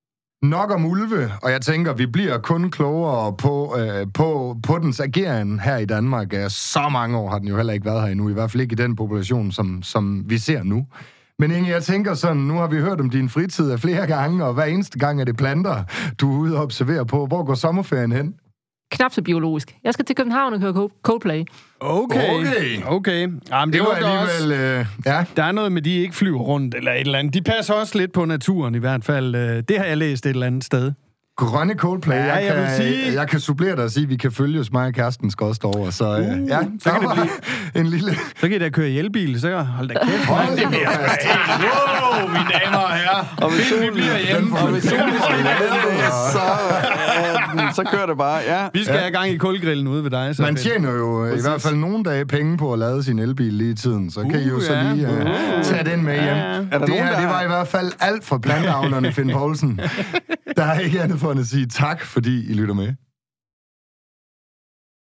Nok om ulve, og jeg tænker, vi bliver kun klogere på, øh, på, på dens ageren her i Danmark. Så mange år har den jo heller ikke været her endnu, i hvert fald ikke i den population, som, som vi ser nu. Men Inge, jeg tænker sådan, nu har vi hørt om din fritid af flere gange, og hver eneste gang er det planter, du er ude og observere på. Hvor går sommerferien hen? Knap så biologisk. Jeg skal til København og høre Coldplay. Okay. Okay. okay. Jamen, det, det var alligevel... Øh, ja. Der er noget med, de ikke flyver rundt eller et eller andet. De passer også lidt på naturen i hvert fald. Det har jeg læst et eller andet sted. grønne Coldplay. Ja, jeg, jeg kan, vil sige- jeg kan supplere dig og sige, at vi kan følges, mig og kæresten skal også over. Så uh, ja, så kan det var en lille... Så kan I da køre i elbil, så hold da kæft. Hold det mere fast. Wow, mine damer og herrer. Og hvis solen, vi bliver hjemme. og hvis solen så, øh, så kører det bare, ja. Vi skal ja. have gang i kulgrillen ude ved dig. Så Man fedt. tjener jo Præcis. i hvert fald nogle dage penge på at lade sin elbil lige i tiden, så kan Uh, I jo så ja. lige uh, Uh. tage den med hjem. Ja, ja. Er der det nogen, her, der det var har- i hvert fald alt for planteavlerne, Finn Poulsen. Der er ikke andet for end at sige tak, fordi I lytter med.